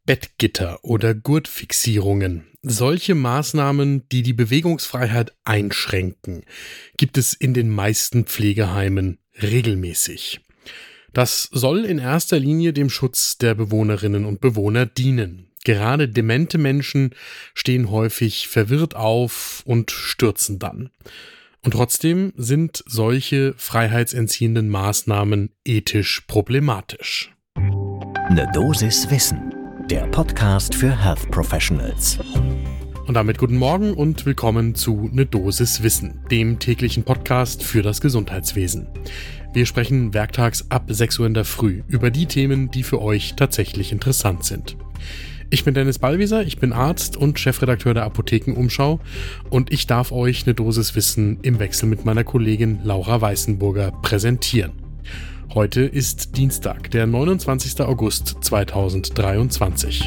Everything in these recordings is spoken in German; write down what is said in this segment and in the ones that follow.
Bettgitter oder Gurtfixierungen. Solche Maßnahmen, die die Bewegungsfreiheit einschränken, gibt es in den meisten Pflegeheimen regelmäßig. Das soll in erster Linie dem Schutz der Bewohnerinnen und Bewohner dienen. Gerade demente Menschen stehen häufig verwirrt auf und stürzen dann. Und trotzdem sind solche freiheitsentziehenden Maßnahmen ethisch problematisch. Eine Dosis Wissen, der Podcast für Health Professionals. Und damit guten Morgen und willkommen zu Ne Dosis Wissen, dem täglichen Podcast für das Gesundheitswesen. Wir sprechen werktags ab 6 Uhr in der Früh über die Themen, die für euch tatsächlich interessant sind. Ich bin Dennis Ballwieser, ich bin Arzt und Chefredakteur der Apothekenumschau und ich darf euch Ne Dosis Wissen im Wechsel mit meiner Kollegin Laura Weißenburger präsentieren. Heute ist Dienstag, der 29. August 2023.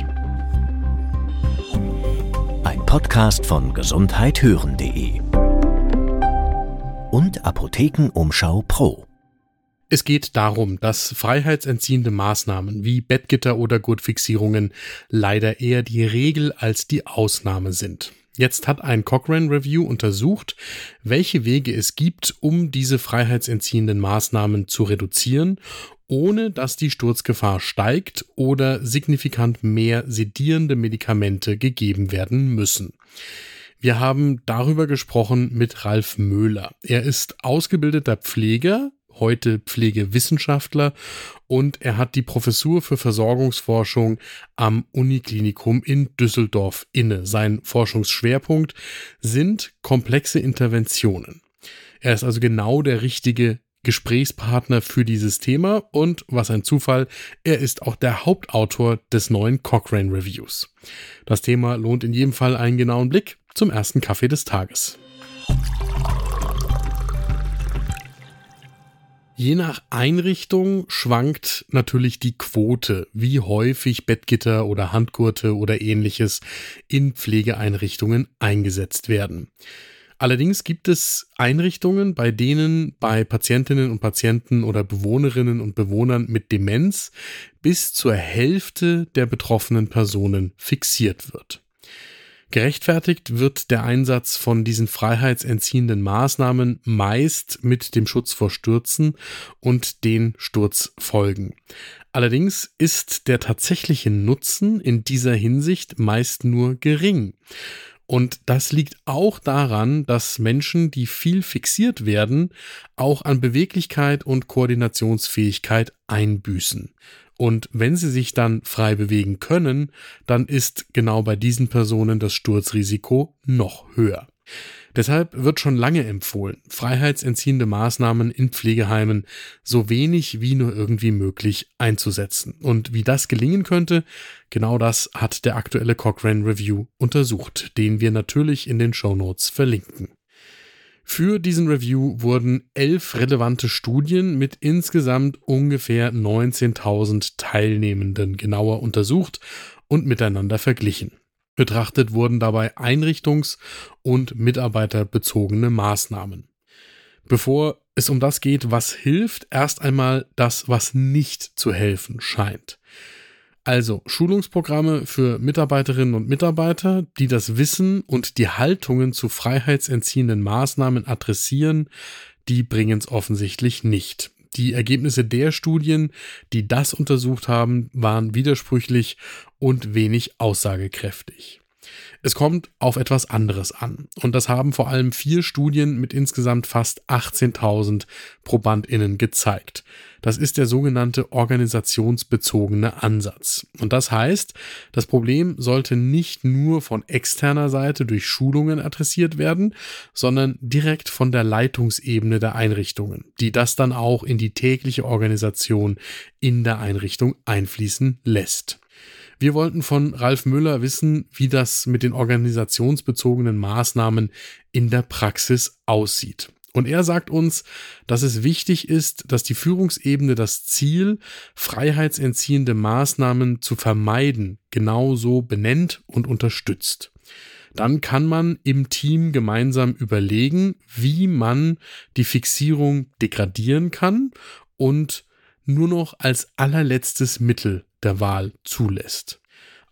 Ein Podcast von gesundheithören.de und Apothekenumschau Pro. Es geht darum, dass freiheitsentziehende Maßnahmen wie Bettgitter oder Gurtfixierungen leider eher die Regel als die Ausnahme sind. Jetzt hat ein Cochrane Review untersucht, welche Wege es gibt, um diese freiheitsentziehenden Maßnahmen zu reduzieren, ohne dass die Sturzgefahr steigt oder signifikant mehr sedierende Medikamente gegeben werden müssen. Wir haben darüber gesprochen mit Ralf Möhler. Er ist ausgebildeter Pfleger, heute Pflegewissenschaftler, und er hat die Professur für Versorgungsforschung am Uniklinikum in Düsseldorf inne. Sein Forschungsschwerpunkt sind komplexe Interventionen. Er ist also genau der richtige Gesprächspartner für dieses Thema und, was ein Zufall, er ist auch der Hauptautor des neuen Cochrane Reviews. Das Thema lohnt in jedem Fall einen genauen Blick zum ersten Kaffee des Tages. Je nach Einrichtung schwankt natürlich die Quote, wie häufig Bettgitter oder Handgurte oder ähnliches in Pflegeeinrichtungen eingesetzt werden. Allerdings gibt es Einrichtungen, bei denen bei Patientinnen und Patienten oder Bewohnerinnen und Bewohnern mit Demenz bis zur Hälfte der betroffenen Personen fixiert wird. Gerechtfertigt wird der Einsatz von diesen freiheitsentziehenden Maßnahmen meist mit dem Schutz vor Stürzen und den Sturzfolgen. Allerdings ist der tatsächliche Nutzen in dieser Hinsicht meist nur gering. Und das liegt auch daran, dass Menschen, die viel fixiert werden, auch an Beweglichkeit und Koordinationsfähigkeit einbüßen. Und wenn sie sich dann frei bewegen können, dann ist genau bei diesen Personen das Sturzrisiko noch höher. Deshalb wird schon lange empfohlen, freiheitsentziehende Maßnahmen in Pflegeheimen so wenig wie nur irgendwie möglich einzusetzen. Und wie das gelingen könnte, genau das hat der aktuelle Cochrane Review untersucht, den wir natürlich in den Shownotes verlinken. Für diesen Review wurden 11 relevante Studien mit insgesamt ungefähr 19.000 Teilnehmenden genauer untersucht und miteinander verglichen. Betrachtet wurden dabei einrichtungs- und mitarbeiterbezogene Maßnahmen. Bevor es um das geht, was hilft, erst einmal das, was nicht zu helfen scheint. Also Schulungsprogramme für Mitarbeiterinnen und Mitarbeiter, die das Wissen und die Haltungen zu freiheitsentziehenden Maßnahmen adressieren, die bringen es offensichtlich nicht. Die Ergebnisse der Studien, die das untersucht haben, waren widersprüchlich und wenig aussagekräftig. Es kommt auf etwas anderes an. Und das haben vor allem 4 Studien mit insgesamt fast 18.000 ProbandInnen gezeigt. Das ist der sogenannte organisationsbezogene Ansatz. Und das heißt, das Problem sollte nicht nur von externer Seite durch Schulungen adressiert werden, sondern direkt von der Leitungsebene der Einrichtungen, die das dann auch in die tägliche Organisation in der Einrichtung einfließen lässt. Wir wollten von Ralf Möhler wissen, wie das mit den organisationsbezogenen Maßnahmen in der Praxis aussieht. Und er sagt uns, dass es wichtig ist, dass die Führungsebene das Ziel, freiheitsentziehende Maßnahmen zu vermeiden, genauso benennt und unterstützt. Dann kann man im Team gemeinsam überlegen, wie man die Fixierung degradieren kann und nur noch als allerletztes Mittel der Wahl zulässt.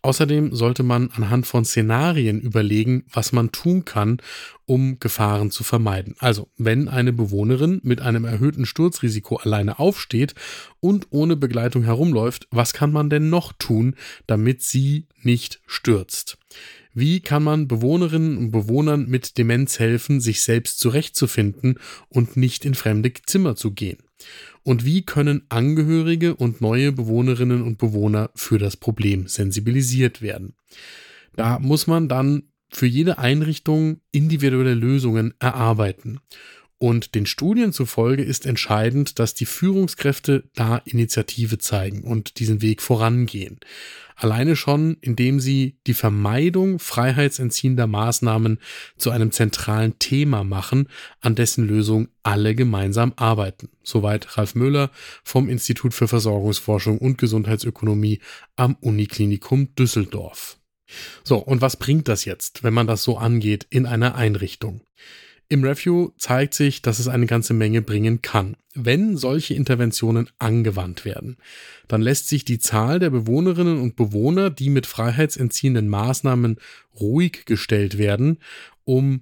Außerdem sollte man anhand von Szenarien überlegen, was man tun kann, um Gefahren zu vermeiden. Also, wenn eine Bewohnerin mit einem erhöhten Sturzrisiko alleine aufsteht und ohne Begleitung herumläuft, was kann man denn noch tun, damit sie nicht stürzt? Wie kann man Bewohnerinnen und Bewohnern mit Demenz helfen, sich selbst zurechtzufinden und nicht in fremde Zimmer zu gehen? Und wie können Angehörige und neue Bewohnerinnen und Bewohner für das Problem sensibilisiert werden? Da muss man dann für jede Einrichtung individuelle Lösungen erarbeiten. Und den Studien zufolge ist entscheidend, dass die Führungskräfte da Initiative zeigen und diesen Weg vorangehen. Alleine schon, indem sie die Vermeidung freiheitsentziehender Maßnahmen zu einem zentralen Thema machen, an dessen Lösung alle gemeinsam arbeiten. Soweit Ralf Möhler vom Institut für Versorgungsforschung und Gesundheitsökonomie am Uniklinikum Düsseldorf. So, und was bringt das jetzt, wenn man das so angeht in einer Einrichtung? Im Review zeigt sich, dass es eine ganze Menge bringen kann. Wenn solche Interventionen angewandt werden, dann lässt sich die Zahl der Bewohnerinnen und Bewohner, die mit freiheitsentziehenden Maßnahmen ruhig gestellt werden, um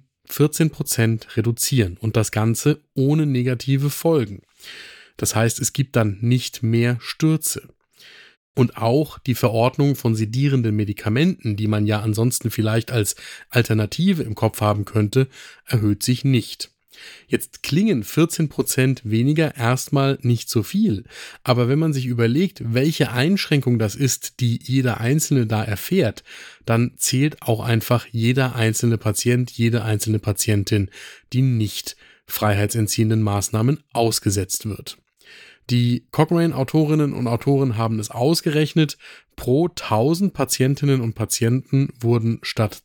14% reduzieren und das Ganze ohne negative Folgen. Das heißt, es gibt dann nicht mehr Stürze. Und auch die Verordnung von sedierenden Medikamenten, die man ja ansonsten vielleicht als Alternative im Kopf haben könnte, erhöht sich nicht. Jetzt klingen 14% weniger erstmal nicht so viel, aber wenn man sich überlegt, welche Einschränkung das ist, die jeder Einzelne da erfährt, dann zählt auch einfach jeder einzelne Patient, jede einzelne Patientin, die nicht freiheitsentziehenden Maßnahmen ausgesetzt wird. Die Cochrane-Autorinnen und Autoren haben es ausgerechnet, pro 1000 Patientinnen und Patienten wurden statt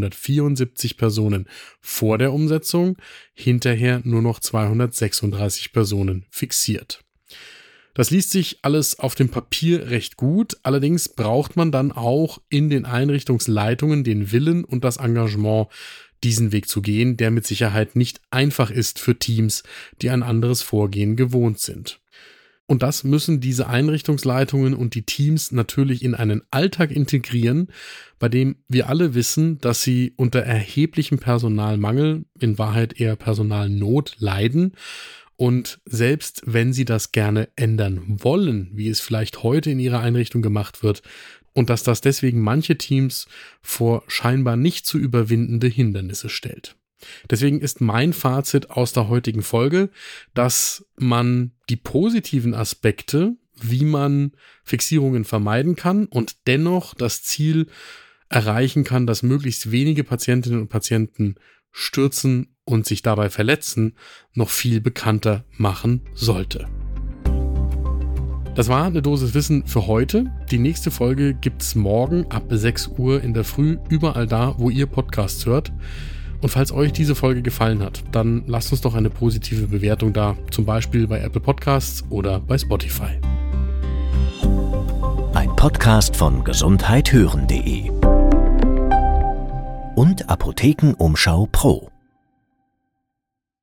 274 Personen vor der Umsetzung hinterher nur noch 236 Personen fixiert. Das liest sich alles auf dem Papier recht gut, allerdings braucht man dann auch in den Einrichtungsleitungen den Willen und das Engagement, diesen Weg zu gehen, der mit Sicherheit nicht einfach ist für Teams, die ein anderes Vorgehen gewohnt sind. Und das müssen diese Einrichtungsleitungen und die Teams natürlich in einen Alltag integrieren, bei dem wir alle wissen, dass sie unter erheblichem Personalmangel, in Wahrheit eher Personalnot, leiden. Und selbst wenn sie das gerne ändern wollen, wie es vielleicht heute in ihrer Einrichtung gemacht wird, und dass das deswegen manche Teams vor scheinbar nicht zu überwindende Hindernisse stellt. Deswegen ist mein Fazit aus der heutigen Folge, dass man die positiven Aspekte, wie man Fixierungen vermeiden kann und dennoch das Ziel erreichen kann, dass möglichst wenige Patientinnen und Patienten stürzen und sich dabei verletzen, noch viel bekannter machen sollte. Das war eine Dosis Wissen für heute. Die nächste Folge gibt's morgen ab 6 Uhr in der Früh, überall da, wo ihr Podcasts hört. Und falls euch diese Folge gefallen hat, dann lasst uns doch eine positive Bewertung da, zum Beispiel bei Apple Podcasts oder bei Spotify. Ein Podcast von gesundheithören.de und Apothekenumschau Pro.